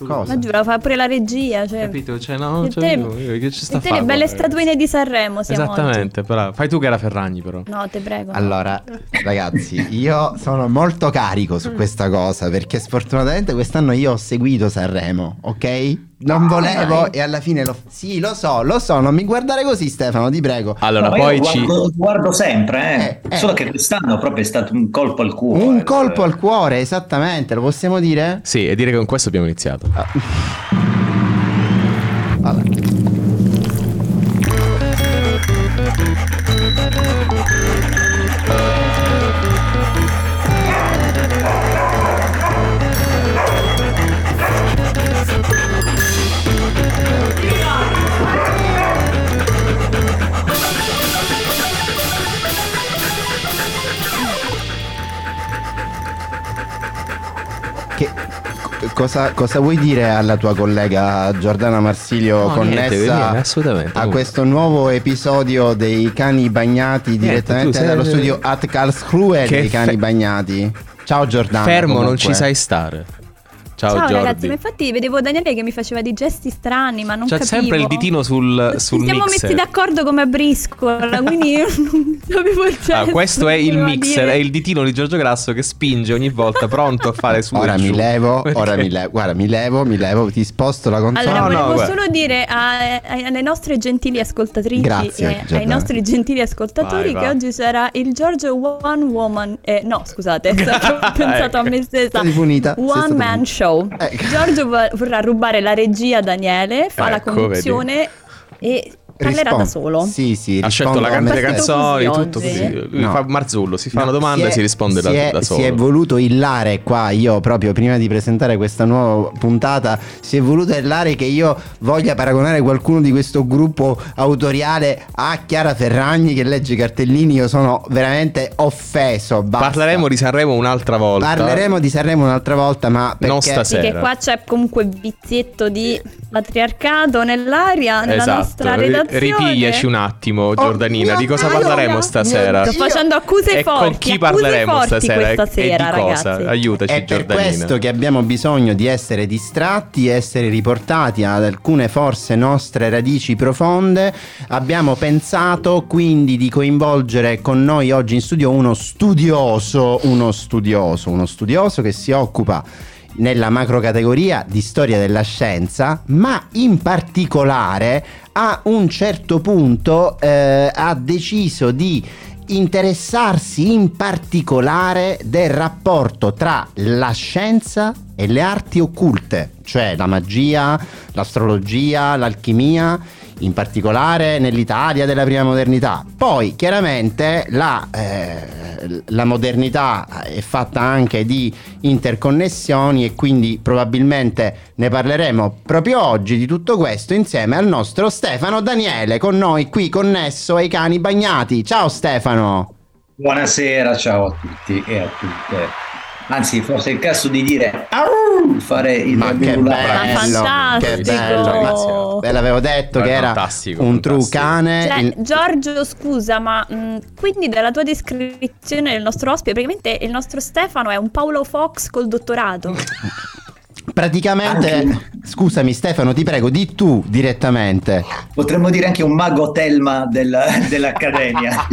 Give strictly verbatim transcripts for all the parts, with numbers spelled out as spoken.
Cosa? Ma giuro, fa pure la regia, cioè. Capito? Cioè, no, non E c'è te- io, io, che ci sta E a te fare, le belle guarda, statuine di Sanremo siamo Esattamente, però fai tu che era Ferragni, però. oggi. No, te prego. no. Allora, ragazzi, io sono molto carico su questa cosa perché sfortunatamente quest'anno io ho seguito Sanremo, ok? Non volevo dai. e alla fine lo... Sì, lo so, lo so, non mi guardare così Stefano, ti prego. Allora, No, ma poi io ci... guardo, guardo sempre, eh. Eh, eh. Solo che quest'anno proprio è stato un colpo al cuore. Un colpo al cuore, esattamente, lo possiamo dire? Sì, e dire che con questo abbiamo iniziato. Allora. Che, cosa, cosa vuoi dire alla tua collega Giordana Marsilio No, connessa niente, niente, assolutamente, a comunque. questo nuovo episodio dei cani bagnati direttamente tu sei- dallo studio at Karlsruhe Che dei cani fe- bagnati? Ciao Giordana. Fermo, non comunque. ci sai stare. Ciao, Ciao Giordi. ragazzi, ma infatti vedevo Daniele che mi faceva dei gesti strani, ma non C'è capivo. sempre il ditino sul, sul Ci siamo mixer. messi d'accordo come a briscola, quindi io non sapevo il gesto. Ah, questo è il doveva mixer, dire. è il ditino di Giorgio Grasso che spinge ogni volta pronto a fare su Ora e mi giù. levo, Perché? ora mi levo, guarda mi levo, mi levo, ti sposto la console. Allora, No, no, volevo guarda. solo dire a- a- alle nostre gentili ascoltatrici Grazie, e ai Giordana. nostri gentili ascoltatori Vai, che vai. oggi sarà il Giorgio One Woman eh, no scusate, ho pensato a me stessa. Sei punita, sei One stata Man punita. Show. Ecco. Giorgio vo- vorrà rubare la regia a Daniele, fa la Ecco, conduzione e parlerà Rispondo- da solo. Sì, sì, Ha scelto la rispondo a canta me le stesso. canzoni, così tutto oggi. così. Lui No. fa Marzullo, si fa No, una domanda si e è- si risponde si da, è, da solo. Si è voluto illare qua, io proprio prima di presentare questa nuova puntata, si è voluto illare che io voglia paragonare qualcuno di questo gruppo autoriale a Chiara Ferragni che legge i cartellini. Io sono veramente offeso. Basta. Parleremo di Sanremo un'altra volta. Parleremo di Sanremo un'altra volta, ma perché... Non stasera. Sì, che qua c'è comunque vizietto di patriarcato nell'aria, nella Esatto. nostra Ri- redazione. Ripigliaci un attimo, Giordanina, mio di cosa Dio, parleremo mio stasera? Sto facendo accuse E forti. con chi accuse parleremo forti stasera? questa E- sera, e di cosa? ragazzi. Aiutaci, È per Giordanina. questo che abbiamo bisogno di essere distratti, essere riportati ad alcune forse nostre radici profonde. Abbiamo pensato quindi di coinvolgere con noi oggi in studio uno studioso, uno studioso, uno studioso che si occupa nella macrocategoria di storia della scienza, ma in particolare a un certo punto eh, ha deciso di interessarsi in particolare del rapporto tra la scienza e le arti occulte, cioè la magia, l'astrologia, l'alchimia, in particolare nell'Italia della prima modernità. Poi chiaramente la, eh, la modernità è fatta anche di interconnessioni e quindi probabilmente ne parleremo proprio oggi di tutto questo insieme al nostro Stefano Daniele, con noi qui connesso ai cani bagnati. Ciao Stefano! Buonasera, ciao a tutti e a tutte. Anzi, forse è il caso di dire "Au!", fare il Ma che ululare. bello, fantastico. che bello. Ma ve l'avevo detto Ma che è era fantastico, un true fantastico. cane. Cioè, il- Giorgio, scusa, ma mh, quindi dalla tua descrizione del nostro ospite, praticamente il nostro Stefano è un Paolo Fox col dottorato. Praticamente, Anche- scusami Stefano, ti prego, di tu direttamente. Potremmo dire anche un mago Telma del- dell'accademia.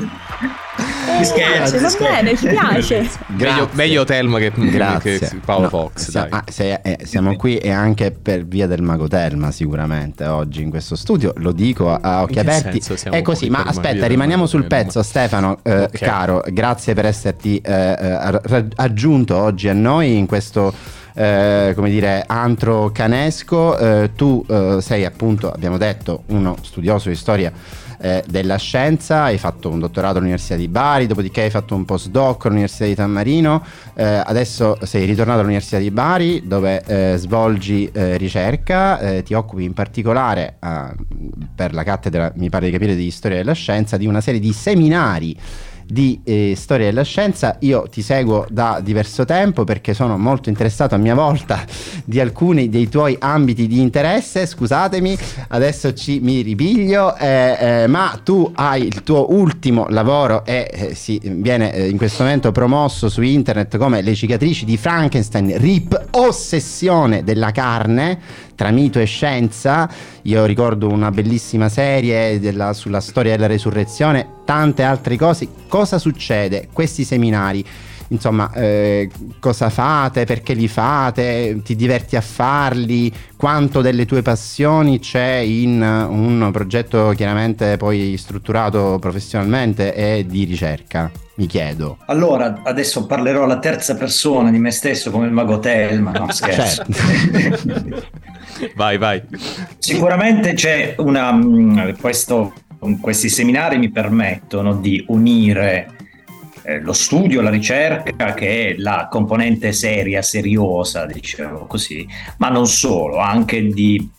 Mi scherzo, Eh, mi va scherzo. bene, ci piace. Meglio, Grazie. meglio Telma che, Grazie. che Paolo No, Fox, sia- dai. ah, se- eh, siamo qui e anche per via del Mago Telma sicuramente oggi in questo studio, lo dico a, a occhi In che aperti. senso siamo È così, qui ma per via aspetta, del rimaniamo Mago sul Telma? pezzo Stefano, eh, Ok. caro, grazie per esserti eh, eh, ra- aggiunto oggi a noi in questo eh, come dire antro canesco. Eh, tu eh, sei appunto, abbiamo detto, uno studioso di storia eh, della scienza, hai fatto un dottorato all'Università di Bari, dopodiché hai fatto un postdoc all'Università di San Marino, eh, adesso sei ritornato all'Università di Bari dove eh, svolgi eh, ricerca, eh, ti occupi in particolare eh, per la cattedra, mi pare di capire, di storia della scienza, di una serie di seminari di eh, storia della scienza. Io ti seguo da diverso tempo perché sono molto interessato a mia volta di alcuni dei tuoi ambiti di interesse. Scusatemi, adesso ci mi ripiglio, eh, eh, ma tu hai il tuo ultimo lavoro e eh, si viene eh, in questo momento promosso su internet come Le cicatrici di Frankenstein, Rip, ossessione della carne tra mito e scienza. Io ricordo una bellissima serie della, sulla storia della resurrezione, tante altre cose. Cosa succede? Questi seminari, insomma, eh, cosa fate? Perché li fate? Ti diverti a farli? Quanto delle tue passioni c'è in un progetto chiaramente poi strutturato professionalmente e di ricerca? Mi chiedo. Allora, adesso parlerò alla terza persona di me stesso come il mago Telma, no scherzo. Certo. Vai, vai. Sicuramente c'è una questo, questi seminari mi permettono di unire eh, lo studio, la ricerca, che è la componente seria, seriosa, diciamo così, ma non solo, anche di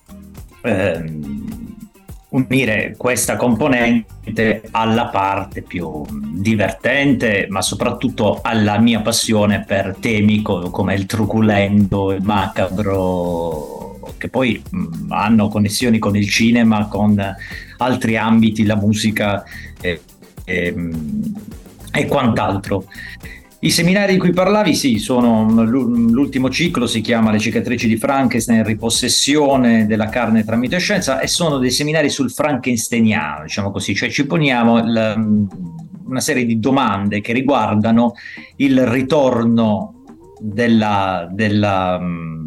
ehm, unire questa componente alla parte più divertente, ma soprattutto alla mia passione per temi co- come il truculento, il macabro, che poi mh, hanno connessioni con il cinema, con altri ambiti, la musica e, e, e quant'altro. I seminari di cui parlavi, sì, sono l'ultimo ciclo, si chiama Le cicatrici di Frankenstein, ripossessione della carne tra mito e scienza, e sono dei seminari sul frankensteiniano, diciamo così, cioè ci poniamo il, una serie di domande che riguardano il ritorno della, della,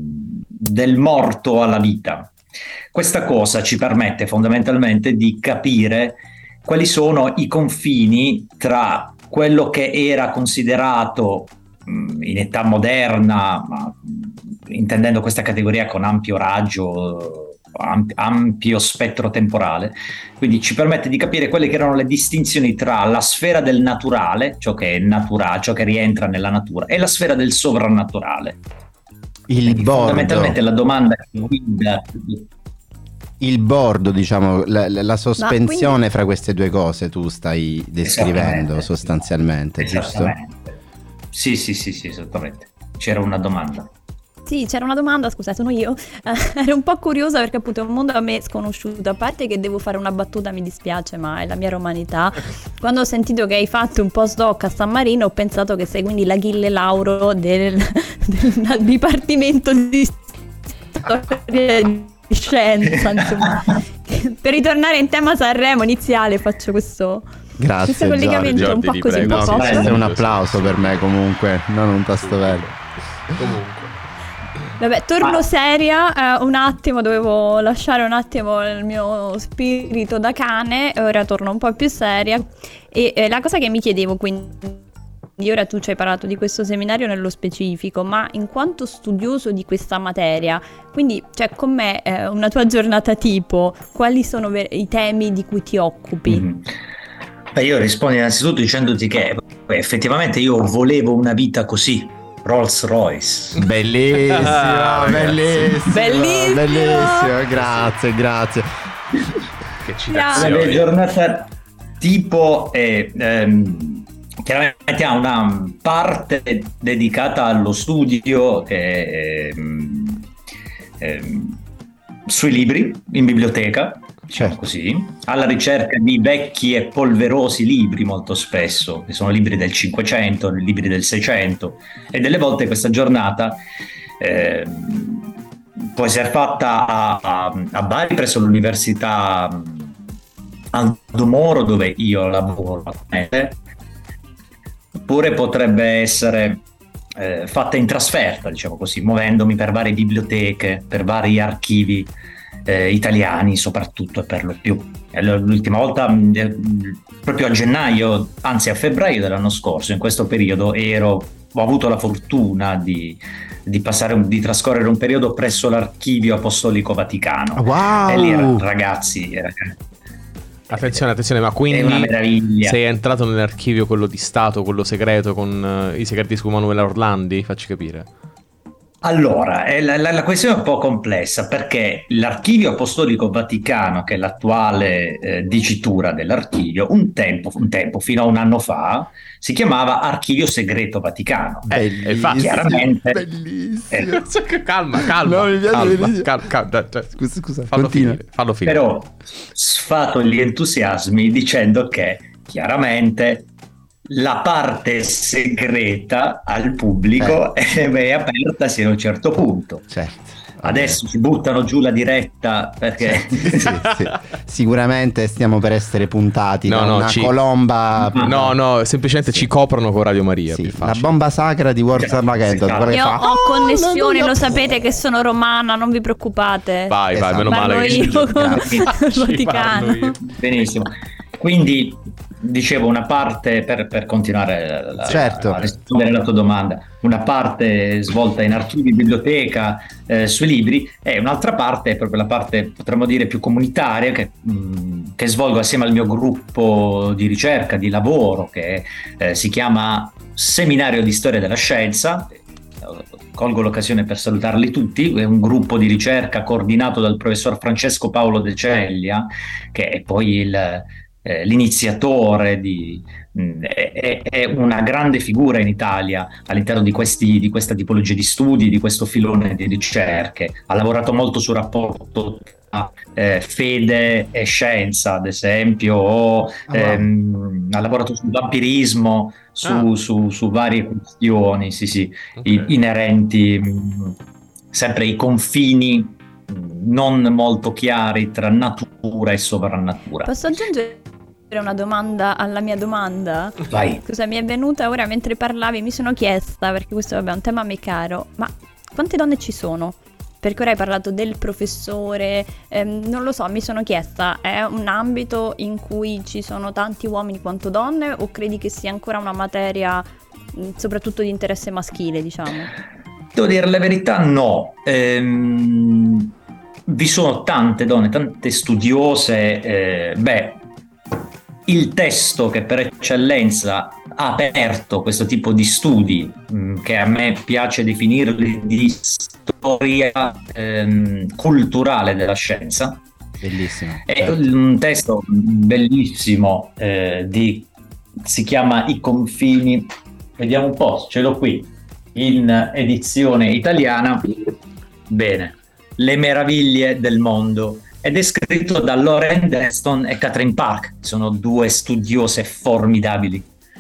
del morto alla vita. Questa cosa ci permette fondamentalmente di capire quali sono i confini tra quello che era considerato mh, in età moderna, ma intendendo questa categoria con ampio raggio, amp- ampio spettro temporale, quindi ci permette di capire quelle che erano le distinzioni tra la sfera del naturale, ciò che è naturale, ciò che rientra nella natura, e la sfera del sovrannaturale. Il quindi bordo. Fondamentalmente la domanda che guida il bordo, diciamo, la, la sospensione quindi... fra queste due cose tu stai descrivendo sostanzialmente, esattamente. Giusto? Sì, sì, sì, sì, esattamente. C'era una domanda. Sì, c'era una domanda, scusate, sono io. Eh, ero un po' curiosa perché appunto è un mondo a me sconosciuto. A parte che devo fare una battuta, mi dispiace, ma è la mia romanità. Quando ho sentito che hai fatto un postdoc a San Marino, ho pensato che sei quindi l'Achille Lauro del, del Dipartimento di Storia di Scienza, insomma. Per ritornare in tema Sanremo iniziale faccio questo, Grazie, questo collegamento Giordi, un po' così, prego. un po' No, poco. questo è un applauso per me comunque, non un tasto vero. Comunque. Vabbè, torno seria, eh, un attimo, dovevo lasciare un attimo il mio spirito da cane, ora torno un po' più seria. E eh, la cosa che mi chiedevo, quindi, ora tu ci hai parlato di questo seminario nello specifico, ma in quanto studioso di questa materia, quindi, cioè, con me, eh, una tua giornata tipo, quali sono ver- i temi di cui ti occupi? Mm-hmm. Beh, io rispondo innanzitutto dicendoti che beh, effettivamente io volevo una vita così. Rolls Royce. Bellissimo, bellissimo, Bellissimo. bellissimo, grazie, grazie. Che La citazione. mia giornata tipo è ehm, chiaramente ha una parte dedicata allo studio ehm, ehm, sui libri in biblioteca, diciamo così, alla ricerca di vecchi e polverosi libri, molto spesso, che sono libri del Cinquecento, libri del Seicento, e delle volte questa giornata eh, può essere fatta a, a, a Bari presso l'Università Aldo Moro, dove io lavoro, oppure potrebbe essere eh, fatta in trasferta, diciamo così, muovendomi per varie biblioteche, per vari archivi Eh, italiani soprattutto e per lo più. L'ultima volta eh, proprio a gennaio, anzi a febbraio dell'anno scorso, in questo periodo ero, ho avuto la fortuna di, di passare di trascorrere un periodo presso l'Archivio Apostolico Vaticano. Wow! E lì ragazzi, ragazzi Attenzione, attenzione, ma è una quindi meraviglia. sei entrato nell'archivio, quello di Stato, quello segreto, con uh, i segreti su Manuela Orlandi? Facci capire. Allora, eh, la, la, la questione è un po' complessa perché l'Archivio Apostolico Vaticano, che è l'attuale eh, dicitura dell'archivio, un tempo, un tempo, fino a un anno fa, si chiamava Archivio Segreto Vaticano. Eh, e fa chiaramente. Bellissimo. Eh. Calma, calma. No, mi piace calma, bellissimo. calma, calma, cioè, Scusa, scusa, fallo continua. finire, fallo finire. Però sfato gli entusiasmi dicendo che chiaramente la parte segreta al pubblico eh. è aperta sino a un certo punto. Certo. Adesso ci buttano giù la diretta perché sì, sì. Sicuramente stiamo per essere puntati no, da no, una ci... colomba. No, no, semplicemente sì. ci coprono con Radio Maria. Sì, la bomba sacra di World Armageddon. Io fa... ho connessioni, lo sapete che sono romana, non vi preoccupate. Vai, vai, esatto. meno Parlo male io che con il Vaticano. Benissimo. Quindi dicevo una parte per, per continuare la, certo. a rispondere alla tua domanda, una parte svolta in archivi, biblioteca, eh, sui libri, e un'altra parte è proprio la parte, potremmo dire, più comunitaria che, mh, che svolgo assieme al mio gruppo di ricerca, di lavoro, che eh, si chiama Seminario di Storia della Scienza. Colgo l'occasione per salutarli tutti. È un gruppo di ricerca coordinato dal professor Francesco Paolo De Ceglia, che è poi il Eh, l'iniziatore di, mh, è, è una grande figura in Italia all'interno di, questi, di questa tipologia di studi, di questo filone di ricerche. Ha lavorato molto sul rapporto tra eh, fede e scienza, ad esempio, o ah, ehm, ha lavorato sul vampirismo, su, ah. su, su varie questioni sì, sì, okay. i, inerenti mh, sempre ai confini mh, non molto chiari tra natura e sovrannatura. Posso aggiungere una domanda alla mia domanda? Vai. Cosa mi è venuta ora mentre parlavi? Mi sono chiesta, perché questo vabbè, è un tema a me caro, ma quante donne ci sono? Perché ora hai parlato del professore, ehm, non lo so, mi sono chiesta, è un ambito in cui ci sono tanti uomini quanto donne, o credi che sia ancora una materia mh, soprattutto di interesse maschile, diciamo? Devo dire la verità, no. Ehm, vi sono tante donne, tante studiose, eh, beh, il testo che per eccellenza ha aperto questo tipo di studi, mh, che a me piace definirli di storia ehm, culturale della scienza. Bellissimo. È certo. un testo bellissimo, eh, di, si chiama I confini, vediamo un po', ce l'ho qui, in edizione italiana. Bene, Le meraviglie del mondo. Ed è scritto da Lauren Deston e Catherine Park, sono due studiose formidabili.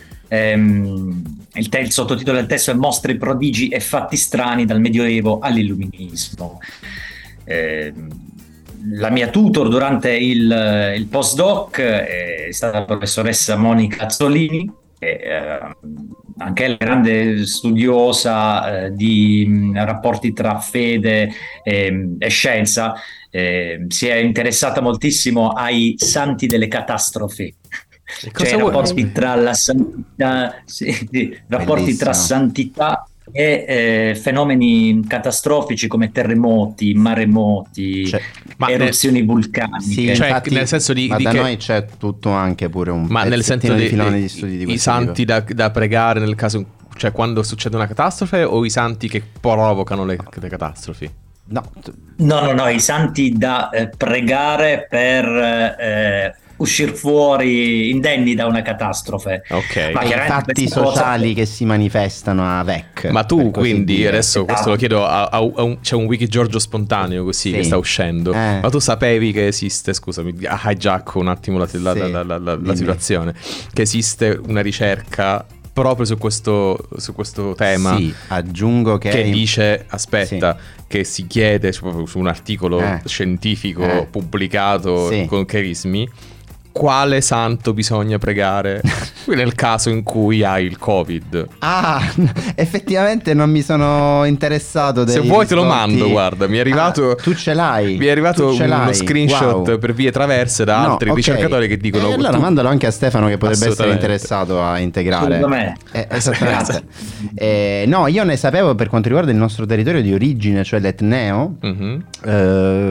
Ehm, il, te- il sottotitolo del testo è Mostre, prodigi e fatti strani dal Medioevo all'Illuminismo. Ehm, la mia tutor durante il, il postdoc è stata la professoressa Monica Azzolini, che eh, anche lei è grande studiosa eh, di mh, rapporti tra fede e, e scienza. Eh, si è interessata moltissimo ai santi delle catastrofi, cioè i rapporti tra la santità, sì, sì, rapporti tra santità e eh, fenomeni catastrofici come terremoti, maremoti, cioè, eruzioni nel, vulcaniche. Sì, cioè, infatti, nel senso di, ma di da che... noi c'è tutto anche pure un ma nel senso di, di, filone di, di studi di i santi da, da pregare nel caso, cioè quando succede una catastrofe, o i santi che provocano le, le catastrofi? No. no, no, no, i santi da eh, pregare per eh, uscire fuori indenni da una catastrofe. Ok. Ma i fatti sociali cosa... che si manifestano a V E C. Ma tu quindi dire. adesso questo lo chiedo a, a, a un, c'è un wiki Giorgio spontaneo così sì. che sta uscendo. Eh. Ma tu sapevi che esiste, scusami, hijack un attimo la, la, sì. la, la, la, la situazione, che esiste una ricerca proprio su questo, su questo tema. Sì, aggiungo che che dice aspetta sì. che si chiede su, su un articolo eh. scientifico eh. pubblicato sì. con Cherismi quale santo bisogna pregare nel caso in cui hai il Covid. Ah, effettivamente non mi sono interessato dei se vuoi te lo risvolti. Mando, guarda, mi è arrivato ah, tu ce l'hai mi è arrivato ce uno l'hai. screenshot wow. per vie traverse da no, altri okay. ricercatori che dicono e allora tu... mandalo anche a Stefano che potrebbe essere interessato a integrare. Eh, esattamente. eh, no, io ne sapevo per quanto riguarda il nostro territorio di origine, cioè l'Etneo. mm-hmm. eh,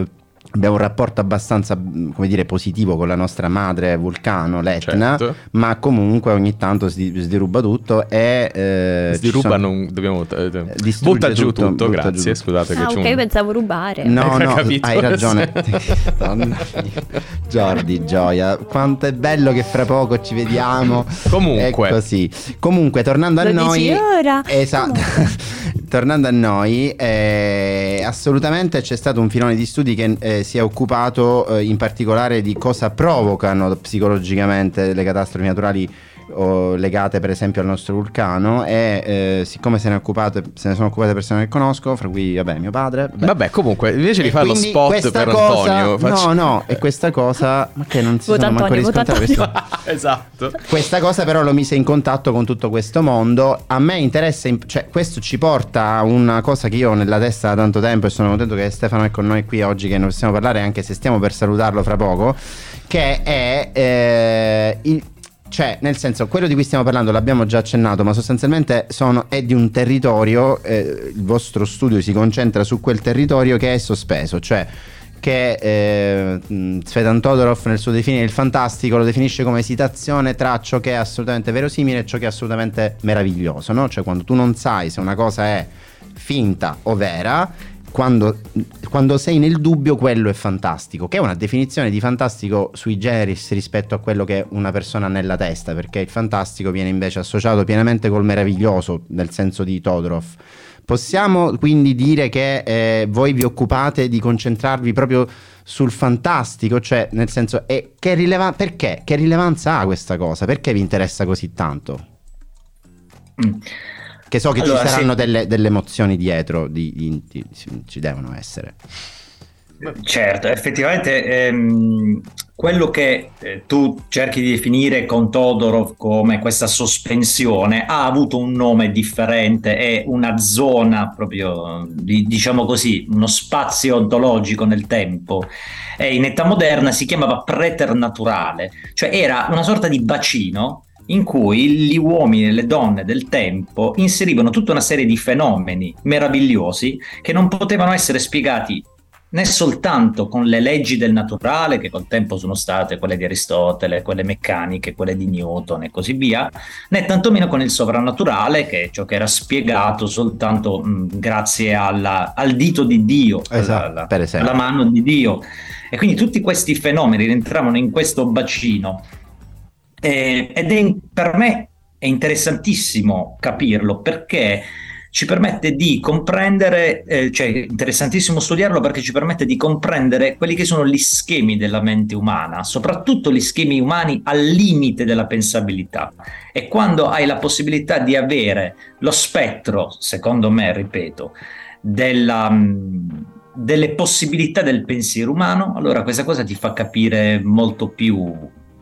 abbiamo un rapporto abbastanza, come dire, positivo con la nostra madre vulcano, l'Etna, certo. ma comunque ogni tanto si sdiruba tutto e eh, sdiruba sono... non dobbiamo eh, butta giù tutto, tutto butta giù. grazie scusate ah, che ok un... io pensavo rubare. no no hai ragione Jordi, gioia, quanto è bello che fra poco ci vediamo. Comunque è così. Comunque tornando a Lo noi dici ora? esatto tornando a noi eh, assolutamente c'è stato un filone di studi che eh, si è occupato eh, in particolare di cosa provocano psicologicamente le catastrofi naturali o legate per esempio al nostro vulcano e eh, siccome se ne, occupate, se ne sono occupate persone che conosco, fra cui vabbè mio padre vabbè, vabbè comunque invece di fare lo spot per cosa, Antonio faccio... no no e questa cosa ma che non si vota sono manco Antonio, riscontrate esatto questa cosa però lo mise in contatto con tutto questo mondo. A me interessa, cioè questo ci porta a una cosa che io ho nella testa da tanto tempo e sono contento che Stefano è con noi qui oggi, che ne possiamo parlare anche se stiamo per salutarlo fra poco, che è eh, il cioè, nel senso, quello di cui stiamo parlando l'abbiamo già accennato, ma sostanzialmente sono, è di un territorio, eh, il vostro studio si concentra su quel territorio che è sospeso, cioè che eh, Tzvetan Todorov nel suo definire il fantastico lo definisce come esitazione tra ciò che è assolutamente verosimile e ciò che è assolutamente meraviglioso, no? Cioè quando tu non sai se una cosa è finta o vera, Quando, quando sei nel dubbio, quello è fantastico, che è una definizione di fantastico sui generis rispetto a quello che una persona ha nella testa, perché il fantastico viene invece associato pienamente col meraviglioso nel senso di Todorov. Possiamo quindi dire che eh, voi vi occupate di concentrarvi proprio sul fantastico, cioè nel senso eh, che rileva- perché? Che rilevanza ha questa cosa? Perché vi interessa così tanto? Mm. Che so che allora, ci saranno sì. delle, delle emozioni dietro, di, di, di, ci devono essere. Certo, effettivamente ehm, quello che eh, tu cerchi di definire con Todorov come questa sospensione ha avuto un nome differente, è una zona proprio, di, diciamo così, uno spazio ontologico nel tempo. E in età moderna si chiamava preternaturale, cioè era una sorta di bacino in cui gli uomini e le donne del tempo inserivano tutta una serie di fenomeni meravigliosi che non potevano essere spiegati né soltanto con le leggi del naturale, che col tempo sono state quelle di Aristotele, quelle meccaniche, quelle di Newton e così via, né tantomeno con il sovrannaturale, che è ciò che era spiegato soltanto mh, grazie alla, al dito di Dio, esatto, alla, per esempio. alla mano di Dio. E quindi tutti questi fenomeni rientravano in questo bacino. Eh, ed è per me è interessantissimo capirlo, perché ci permette di comprendere, eh, cioè interessantissimo studiarlo perché ci permette di comprendere quelli che sono gli schemi della mente umana, soprattutto gli schemi umani al limite della pensabilità. E quando hai la possibilità di avere lo spettro, secondo me, ripeto, della, delle possibilità del pensiero umano, allora questa cosa ti fa capire molto più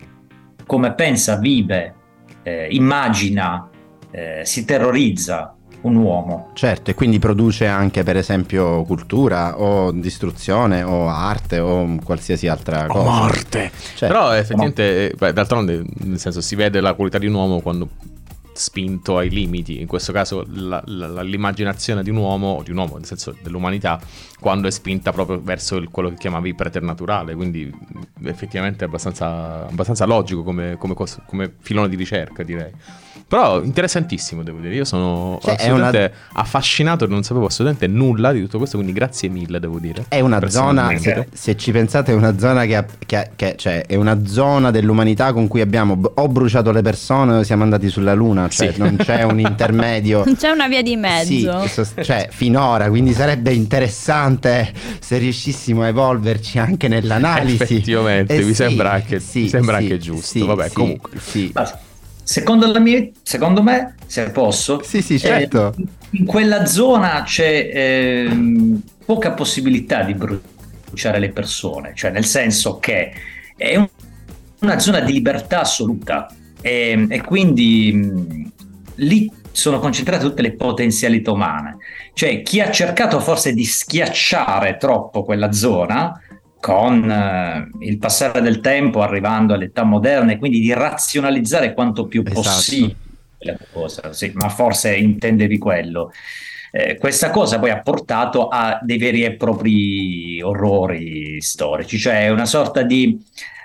come pensa, vive, eh, immagina, eh, si terrorizza un uomo. Certo, e quindi produce anche per esempio cultura o distruzione o arte o qualsiasi altra cosa. O morte. Certo. Però effettivamente, beh, d'altronde, nel senso, si vede la qualità di un uomo quando spinto ai limiti, in questo caso la, la, l'immaginazione di un uomo, o di un uomo nel senso dell'umanità, quando è spinta proprio verso il, quello che chiamavi preternaturale, quindi effettivamente è abbastanza, abbastanza logico come, come, cosa, come filone di ricerca, direi. Però interessantissimo, devo dire, io sono cioè, assolutamente una... affascinato e non sapevo assolutamente nulla di tutto questo, quindi grazie mille, devo dire. È una zona, se, se ci pensate, è una zona che, che, che cioè è una zona dell'umanità con cui abbiamo o bruciato le persone o siamo andati sulla luna, cioè sì. non c'è un intermedio. Non c'è una via di mezzo. Sì, cioè finora, quindi sarebbe interessante se riuscissimo a evolverci anche nell'analisi. Effettivamente, eh mi sì, sembra anche, sì, mi sembra sì, anche giusto, sì, vabbè, sì, comunque. Sì. Secondo, la mia, secondo me, se posso, sì, sì, certo. eh, in quella zona c'è eh, poca possibilità di bruciare le persone, cioè nel senso che è un, una zona di libertà assoluta e, e quindi mh, lì sono concentrate tutte le potenzialità umane. Cioè chi ha cercato forse di schiacciare troppo quella zona con eh, il passare del tempo, arrivando all'età moderna, e quindi di razionalizzare quanto più esatto. possibile la cosa, sì, ma forse intendevi quello. Eh, questa cosa poi ha portato a dei veri e propri orrori storici, cioè una sorta di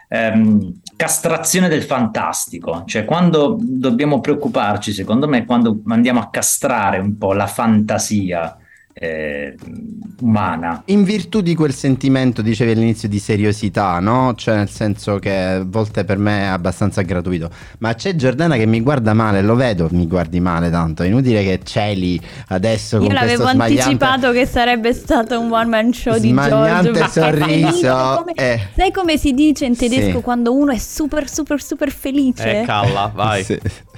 ehm, castrazione del fantastico. Cioè, quando dobbiamo preoccuparci, secondo me, quando andiamo a castrare un po' la fantasia Eh, umana, in virtù di quel sentimento, dicevi all'inizio, di seriosità, no? Cioè, nel senso che a volte per me è abbastanza gratuito. Ma c'è Giordana che mi guarda male, lo vedo, mi guardi male tanto. È inutile che celi adesso con io l'avevo questo smagliante, anticipato che sarebbe stato un one man show di smagliante Giorgio. sorriso. Come, eh. Sai come si dice in tedesco Sì. quando uno è super super super felice? Eh, calla, vai. Sì.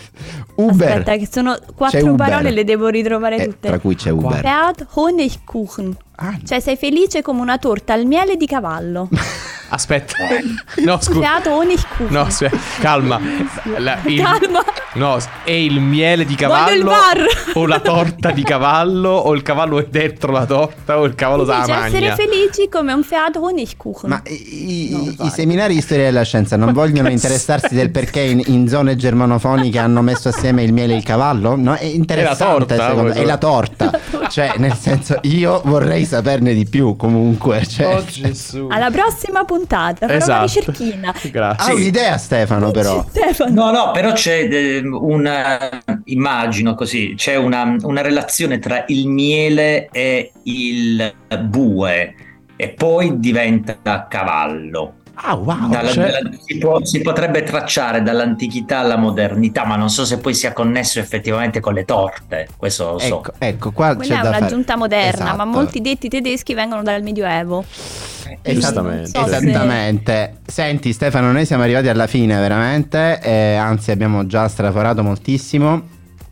Uber. Aspetta, che sono C'è quattro Uber. parole, le devo ritrovare Eh, tutte. tra cui c'è Uber. Pferd Honigkuchen. Ah. Cioè sei felice come una torta al miele di cavallo. Aspetta. No, scusa. Pferd Honigkuchen. No, aspetta, calma. La- il- Calma. No, è il miele di Voglio il cavallo bar. o la torta di cavallo o il cavallo è dentro la torta o il cavallo Si da dice essere magna. felici come un Pferd Honigkuchen. Ma i, i- i seminari di storia della scienza non vogliono interessarsi del perché in, in zone germanofoniche hanno messo assieme il miele e il cavallo? No, è interessante, È la torta, secondo me. voi- È la torta. Cioè, nel senso, io vorrei saperne di più comunque. Cioè. Oh Gesù. Alla prossima puntata farò Esatto. una ricerchina. Grazie. Ha un'idea Stefano però. Stefano. no no però c'è eh, una, immagino così, c'è una, una relazione tra il miele e il bue e poi diventa cavallo. Ah wow. Dalla- cioè- dalla- si, può- si potrebbe tracciare dall'antichità alla modernità, ma non so se poi sia connesso effettivamente con le torte, questo lo so. Ecco, ecco, qua Quella c'è è da fare. un'aggiunta moderna, Esatto. ma molti detti tedeschi vengono dal Medioevo. Esat- Giustamente. Non so se- Esattamente. Senti Stefano, noi siamo arrivati alla fine veramente, eh, anzi abbiamo già straforato moltissimo.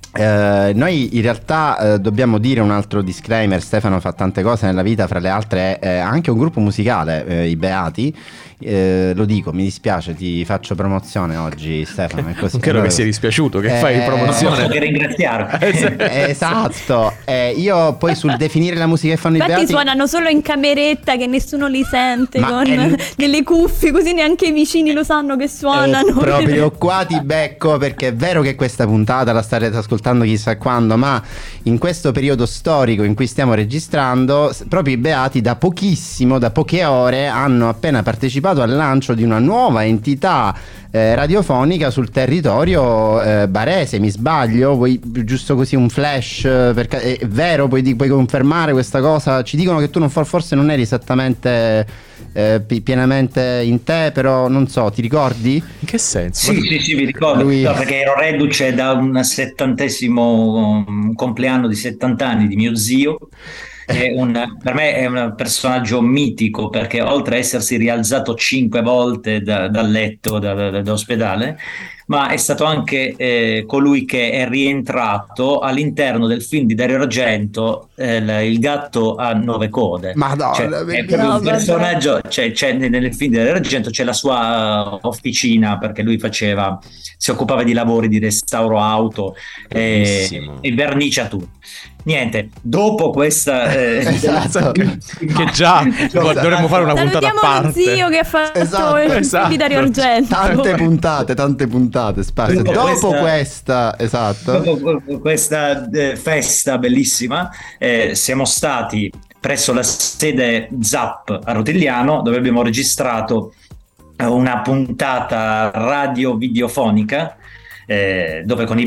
Eh, noi in realtà eh, dobbiamo dire un altro disclaimer. Stefano fa tante cose nella vita, fra le altre eh, anche un gruppo musicale, eh, i Beati. Eh, lo dico, mi dispiace, ti faccio promozione oggi Stefano, è così. Non credo che sia dispiaciuto che Eh, fai Non promozione. posso che ringraziarvi. Eh, esatto. Eh, io poi sul definire la musica che fanno i Infatti Beati suonano solo in cameretta che nessuno li sente, Ma con è- delle cuffie, così neanche i vicini lo sanno che suonano. Eh, proprio qua ti becco, perché è vero che questa puntata la starete ascoltando chissà quando, ma in questo periodo storico in cui stiamo registrando, s- proprio i Beati da pochissimo, da poche ore, hanno appena partecipato al lancio di una nuova entità eh, radiofonica sul territorio eh, barese. Mi sbaglio? Vuoi giusto così un flash? eh, Perché è vero, puoi, di- puoi confermare questa cosa? Ci dicono che tu non, for- forse non eri esattamente eh, pi- pienamente in te, però non so, ti ricordi? In che senso? Sì, sì, sì, mi ricordo, Lui- no, perché ero reduce da un settantesimo um, compleanno di settanta anni di mio zio. È un, per me è un personaggio mitico, perché oltre a essersi rialzato cinque volte da- dal letto da, da- dall'ospedale, ma è stato anche eh, colui che è rientrato all'interno del film di Dario Argento, eh, il, il gatto a nove code. Madonna, Cioè, è bellissimo. proprio No, un vabbè. personaggio, cioè, c'è nel, nel film di Dario Argento c'è la sua officina, perché lui faceva, si occupava di lavori di restauro auto e, Bellissimo. e verniciatura. Niente, dopo questa eh, Esatto. Che già dovremmo fare una puntata a Salutiamo lo parte. zio che ha fatto Esatto, il esatto. film di Dario Argento. Tante puntate, tante puntate sparse. Dopo Dopo questa- questa, esatto. dopo questa eh, festa bellissima, eh, siamo stati presso la sede Zap a Rotigliano, dove abbiamo registrato eh, una puntata radio-videofonica, eh, dove con i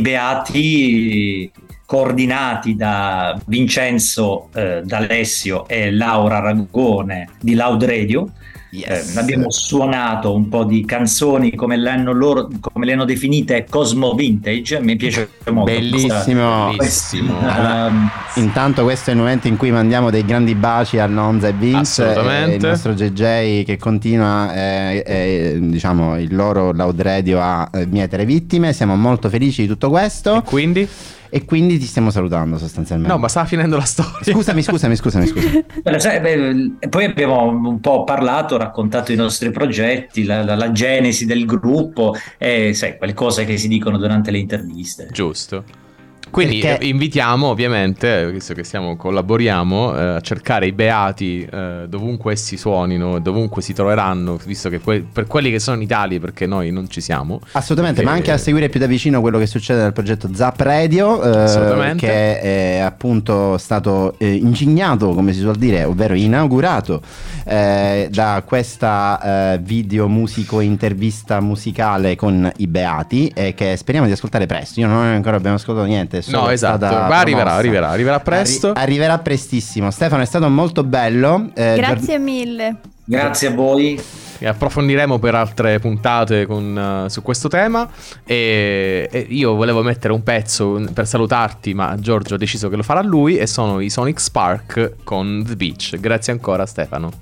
Beati, coordinati da Vincenzo eh, D'Alessio e Laura Ragone di Loud Radio, Yes. eh, abbiamo suonato un po' di canzoni come le hanno loro, come le hanno definite, Cosmo Vintage. Mi piace molto. Bellissimo. Bellissimo. Um, Intanto questo è il momento in cui mandiamo dei grandi baci a Nonza e Vince, Assolutamente. eh, il nostro J J che continua eh, eh, diciamo il loro Loud Radio a eh, mietere vittime. Siamo molto felici di tutto questo E quindi? e quindi ti stiamo salutando sostanzialmente. No, ma stava finendo la storia. Scusami, scusami, scusami, scusami. Beh, sai, beh, e poi abbiamo un po' parlato, raccontato i nostri progetti, la, la- la genesi del gruppo e sai, quelle cose che si dicono durante le interviste. Giusto. Quindi Perché... invitiamo ovviamente, visto che stiamo collaboriamo, eh, a cercare i beati eh, dovunque essi suonino, dovunque si troveranno, visto che que- per quelli che sono in Italia, perché noi non ci siamo. Assolutamente, perché... ma anche a seguire più da vicino quello che succede nel progetto Zap Radio, eh, che è appunto stato eh, ingignato, come si suol dire, ovvero inaugurato eh, da questa eh, video musico intervista musicale con i beati, e che speriamo di ascoltare presto. Io non ancora abbiamo ascoltato niente. No, esatto, ma arriverà, arriverà, arriverà presto. Arri- arriverà prestissimo. Stefano, è stato molto bello. Eh, Grazie gior- mille. Grazie a voi. E approfondiremo per altre puntate con, uh, su questo tema. E, e io volevo mettere un pezzo per salutarti, ma Giorgio ha deciso che lo farà lui, e sono i Sonic Spark con The Beach. Grazie ancora, Stefano.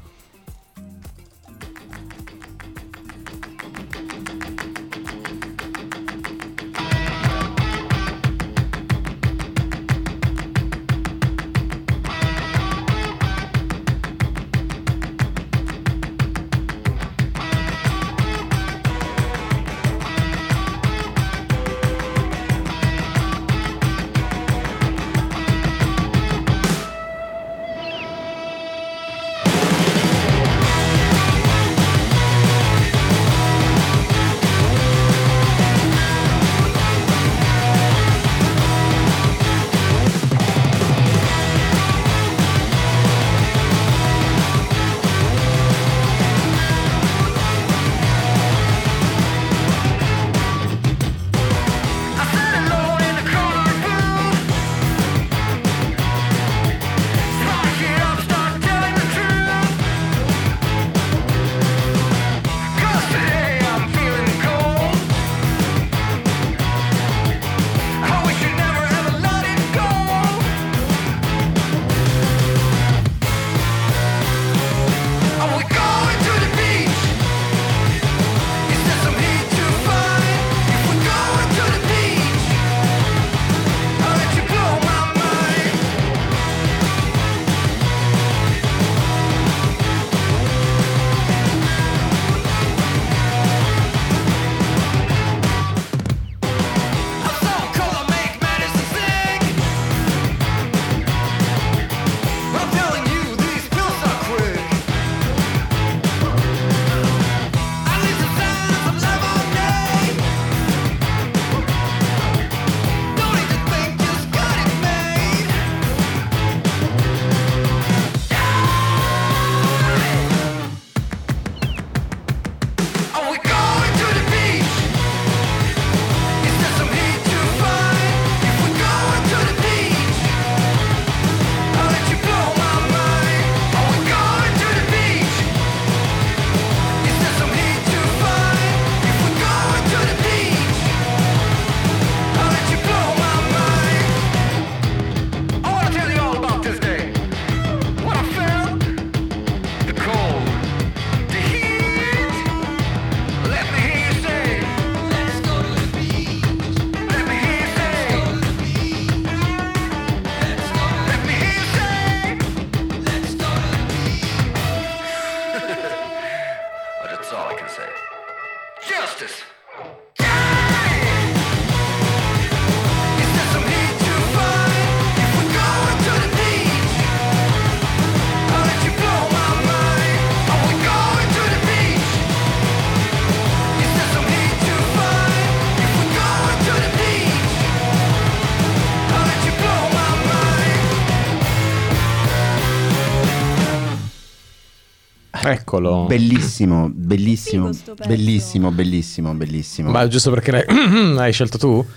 Eccolo. Bellissimo, bellissimo, bellissimo, bellissimo, bellissimo. Ma giusto perché l'hai hai scelto tu?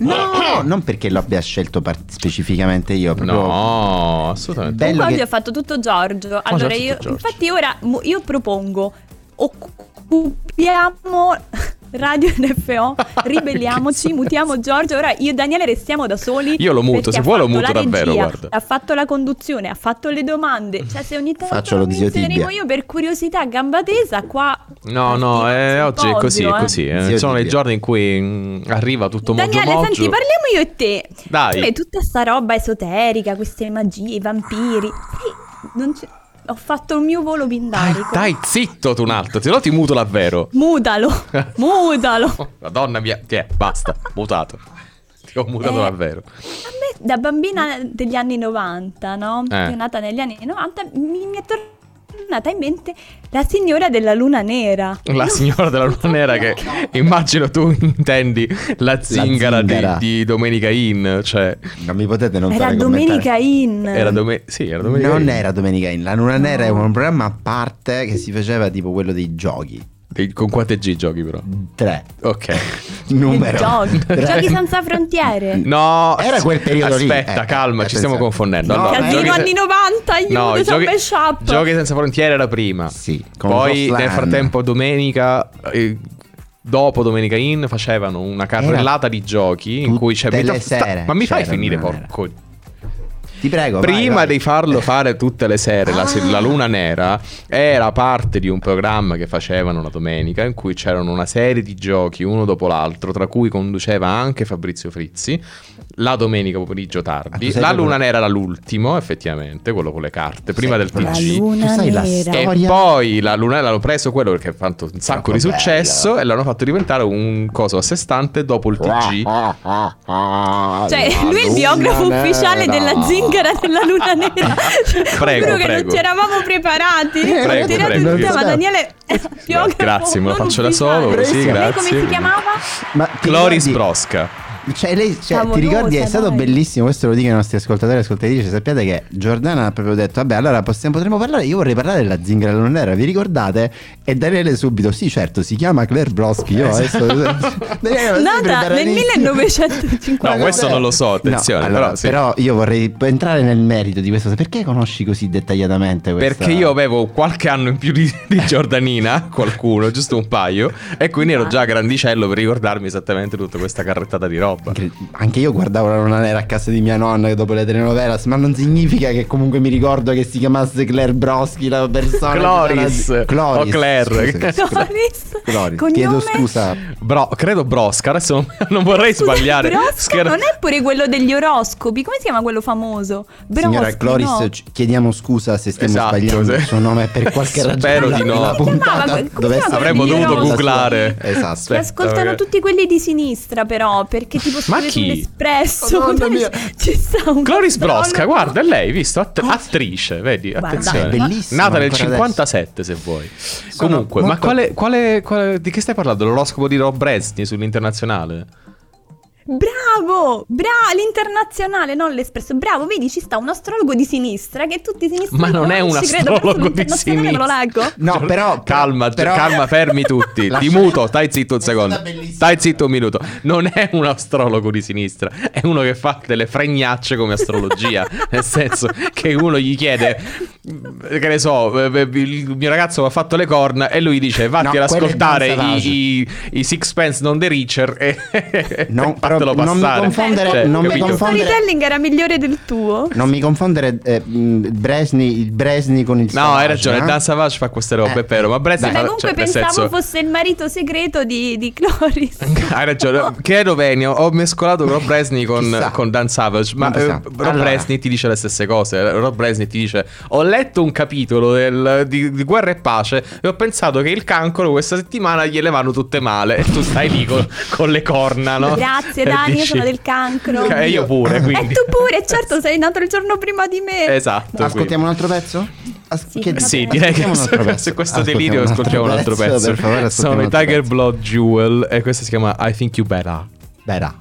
No, non perché l'abbia scelto part- specificamente io. No, assolutamente. Bello che... oggi ha fatto tutto Giorgio. Allora Giorgio, io, Giorgio. infatti ora io propongo occupiamo Radio N F O, ribelliamoci, mutiamo Giorgio. Ora io e Daniele restiamo da soli. Io lo muto, se vuoi lo muto davvero, guarda. Ha fatto la conduzione, ha fatto le domande. Cioè se ogni tanto Faccio lo mi zio inserivo Tibia. io per curiosità a gamba tesa qua. No, no, eh, oggi è così, è così. Eh. Zio Sono i Tibia. giorni in cui mh, arriva tutto moggio Daniele, moggio. senti, parliamo io e te. Dai. A me tutta sta roba esoterica, queste magie, i vampiri. Sai, non c'è... Ho fatto il mio volo Dai, pindarico. dai, zitto tu un altro, se no ti muto davvero. Mutalo, mutalo. Madonna mia, tiè, basta, mutato. Ti ho mutato eh, davvero. A me da bambina degli anni novanta, no? Eh. Che è nata negli anni novanta, mi, mi è tornata in mente la signora della luna nera. La signora della luna nera, che immagino tu intendi la zingara, La zingara. Di, di Domenica In, cioè Non mi potete non Era fare Domenica In. era dome- sì, era Domenica Non In. era Domenica In. La Luna Nera è un programma a parte che si faceva tipo quello dei giochi. E con quante G giochi però? Tre. Ok. Numero. Giochi. tre. Giochi senza frontiere. No, Era quel periodo lì. Aspetta, Eh, calma, eh, ci stiamo pensa- confondendo. No, Allora, eh, Casino giochi, anni novanta, aiuto, no, sono giochi, mashup. giochi senza frontiere era prima. Sì, con Poi Ruslan. nel frattempo domenica eh, dopo Domenica In facevano una carrellata di giochi in cui c'è tutte le sta- sere Ma mi fai c'era finire, Luna Nera. porco. Ti prego. vai, Prima vai. di farlo fare tutte le sere, la, Ah. la Luna Nera era parte di un programma che facevano la domenica in cui c'erano una serie di giochi uno dopo l'altro, tra cui conduceva anche Fabrizio Frizzi. La domenica pomeriggio Ah, tardi. tu sei La proprio- Luna Nera era l'ultimo, effettivamente, quello con le carte, prima del La La T G. luna Tu sai la nera. E storia? poi la Luna Nera l'hanno preso quello perché ha fatto un sacco Troppo di successo bello. e l'hanno fatto diventare un coso a sé stante dopo il T G. Cioè, La lui è il Luna biografo Nera. ufficiale della zingara della luna nera. Cioè, Prego, giuro che prego. non ci eravamo preparati. Prego, Ho tirato prego. il tema, Non Daniele è biografo. Grazie, me lo non faccio da ufficiale. solo, così, Bravissimo. Lei come grazie. si chiamava? Ma ti Cloris ricordi- Brosca. Cioè, lei, cioè, Favolosa, ti ricordi? È stato dai. bellissimo. Questo lo dico ai nostri ascoltatori e ascoltatrici. Sappiate che Giordana ha proprio detto: vabbè, allora possiamo, potremmo parlare. Io vorrei parlare della zingara non era. Vi ricordate? E Daniele subito: sì, certo, si chiama Claire Broschi. Io adesso. Daniele, ma sei Nata nel preparatissimo. millenovecentocinquanta. No, questo non lo so, attenzione. No, allora, però, sì. però io vorrei entrare nel merito di questo. Perché conosci così dettagliatamente questa? Perché io avevo qualche anno in più di, di Giordanina, qualcuno, giusto un paio, e quindi ero già grandicello per ricordarmi esattamente tutta questa carrettata di roba. Incred- Anche io guardavo la Luna Nera a casa di mia nonna dopo le telenovelas, ma non significa che comunque mi ricordo che si chiamasse Claire Broschi la persona. Cloris Che Cloris o Claire. Scusi, scusa. Cloris. Cloris. Cognome? Chiedo scusa. Bro, credo Brosca, adesso non, non vorrei Scusa, sbagliare. Brosco Scher- non è pure quello degli oroscopi? Come si chiama quello famoso? Brosco, Signora Cloris, no. ci- chiediamo scusa se stiamo Esatto, sbagliando sì. il suo nome per qualche ragione. Spero La- di no. la Come si puntata chiamava? Come si dovesse- chiamava Avremmo quello dovuto di googlare. Esatto. Che Aspetta, ascoltano perché- tutti quelli di sinistra, però, perché tipo Ma scrive chi? sull'Espresso. Madonna mia. Ci sta un Cloris controllo. Brosca, guarda, è lei, visto? Att- attrice, vedi? Guarda, Attenzione. è bellissima Nata nel ancora cinquantasette, se vuoi. Comunque, ma molto- quale, quale, quale- di che stai parlando? L'oroscopo di Rob Bresni sull'internazionale? Bravo, bravo, l'internazionale, non l'Espresso. Bravo, vedi, ci sta un astrologo di sinistra che tutti i sinistri. Ma non è un ci credo, però astrologo di sull'internazionale me lo leggo. No, però Calma, però- calma, fermi tutti. La Ti scena- muto, stai zitto un È secondo. stata bellissima. Stai zitto un minuto. Non è un astrologo di sinistra, è uno che fa delle fregnacce come astrologia. Nel senso che uno gli chiede, che ne so, eh, il mio ragazzo mi ha fatto le corna e lui dice vatti No, ad quello è ascoltare Dan Savage. i, i, i Sixpence non the Richer e No, però fatelo non mi passare. confondere- Cioè, non mi capito? Il confondere- storytelling era migliore del tuo. Non mi confondere eh, mh, Bresni, il Bresni con il No, Savage, hai ragione, eh? Dan Savage fa queste robe, Eh, è vero, ma Bresni dai. Ma fa, comunque cioè, nel pensavo senso, fosse il marito segreto di, di Cloris. hai ragione, credo Venio, ho mescolato Rob Bresni con, Chissà. con Dan Savage, ma Non si eh, sa. Rob Allora. Bresni ti dice le stesse cose. Rob Bresni ti dice ho letto un capitolo del- di, di Guerra e Pace e ho pensato che il cancro questa settimana gliele vanno tutte male e tu stai lì con, con le corna, no? Grazie E Dani, io dici- sono del cancro. Eh, io pure, E quindi. tu pure, certo, sei nato il giorno prima di me. Esatto. Ascoltiamo un altro pezzo? As- Sì. che- Sì, Ascoltiamo direi che un altro su, pezzo. su questo Ascoltiamo delirio un altro ascoltiamo un altro pezzo, pezzo. per favore, ascoltiamo Sono un i altro Tiger pezzo. Blood Jewel e questo si chiama I Think You Better. Bera.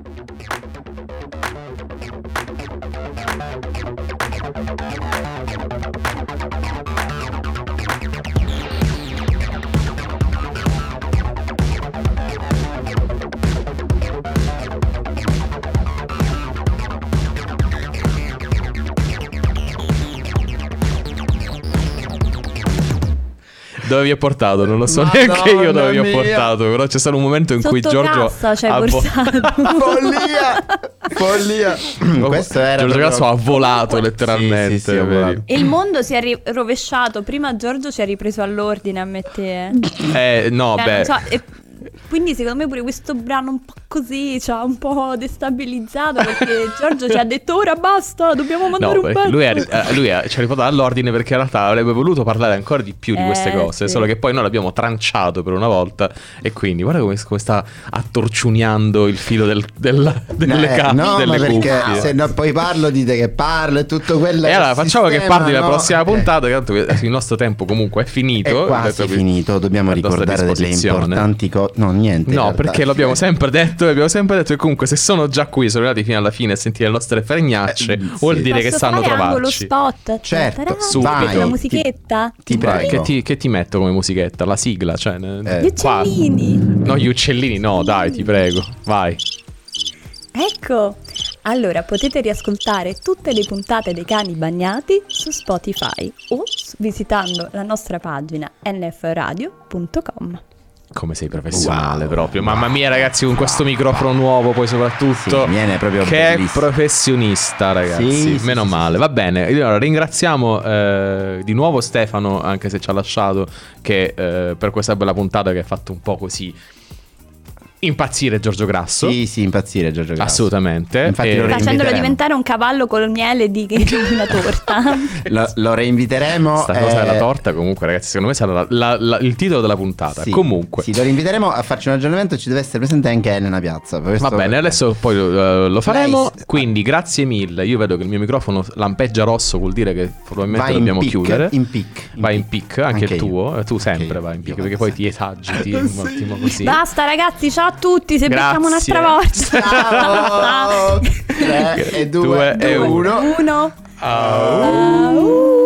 Dove vi ho portato? Non lo so Madonna neanche io dove vi ho portato. Però c'è stato un momento in Sotto cui Giorgio cassa ci hai vo- portato. Follia! Follia! Questo era Giorgio proprio... Grasso ha volato letteralmente. Sì, sì, sì, ha volato. E il mondo si è ri- rovesciato. Prima Giorgio ci ha ripreso all'ordine a me te. Eh no, Cioè, beh. non so, e quindi secondo me pure questo brano un po' così ci ha un po' destabilizzato, perché Giorgio ci ha detto ora basta, dobbiamo mandare No, un pezzo. lui, è, lui è, ci ha riportato all'ordine perché in realtà avrebbe voluto parlare ancora di più di queste Eh, cose, sì. solo che poi noi l'abbiamo tranciato per una volta e quindi guarda come, come sta attorciuniando il filo del, del, delle, Eh, ca- no, delle ma perché cuffie. se no poi parlo dite che parlo e tutto quello. E allora facciamo che sistema, parli la no? prossima Eh. puntata, che tanto il nostro tempo comunque è finito. È quasi finito, dobbiamo a nostra ricordare delle disposizione. importanti cose. No, niente. in No, realtà. perché l'abbiamo sempre detto, abbiamo sempre detto che comunque se sono già qui, sono arrivati fino alla fine a sentire le nostre fregnacce, Eh, vuol sì. dire che Posso sanno fare anche lo trovarci. spot? Certo, Ta-ta-da, subito. con la musichetta? Ti Vai, prego. che, ti, che ti metto come musichetta? La sigla, cioè Eh. Gli qua- uccellini. No, gli uccellini no, dai, ti prego, vai. Ecco, allora potete riascoltare tutte le puntate dei Cani Bagnati su Spotify o s- visitando la nostra pagina n f radio punto com. Come sei professionale Wow, proprio. wow. Mamma mia ragazzi, con questo microfono nuovo poi soprattutto. Sì, viene proprio che è bellissimo. professionista ragazzi. Sì, sì, Meno sì, male. sì. Va bene. Allora, ringraziamo eh, di nuovo Stefano, anche se ci ha lasciato, che eh, per questa bella puntata che ha fatto un po' così impazzire Giorgio Grasso. Sì, sì, impazzire Giorgio Grasso. Assolutamente. Infatti E- lo Facendolo reinviteremo. diventare un cavallo col miele di, di una torta. Lo, lo reinviteremo. Sta cosa eh, della torta comunque ragazzi, secondo me sarà la- la- la- il titolo della puntata. Sì, Comunque sì, lo rinviteremo a farci un aggiornamento. Ci deve essere presente anche Elena Piazza. Questo- va bene, adesso poi eh, lo faremo. Lei- Quindi grazie mille. Io vedo che il mio microfono lampeggia rosso, vuol dire che probabilmente vai in dobbiamo pic, chiudere. in pic, in Vai in pic, anche, il io. tuo. Eh, Tu sempre Anche io. vai in pic Io perché vado poi ti esagiti un attimo così. Basta ragazzi, ciao a tutti, se Grazie. becchiamo un'altra volta. Ciao. tre e due Due e uno. Uno. Au. Au.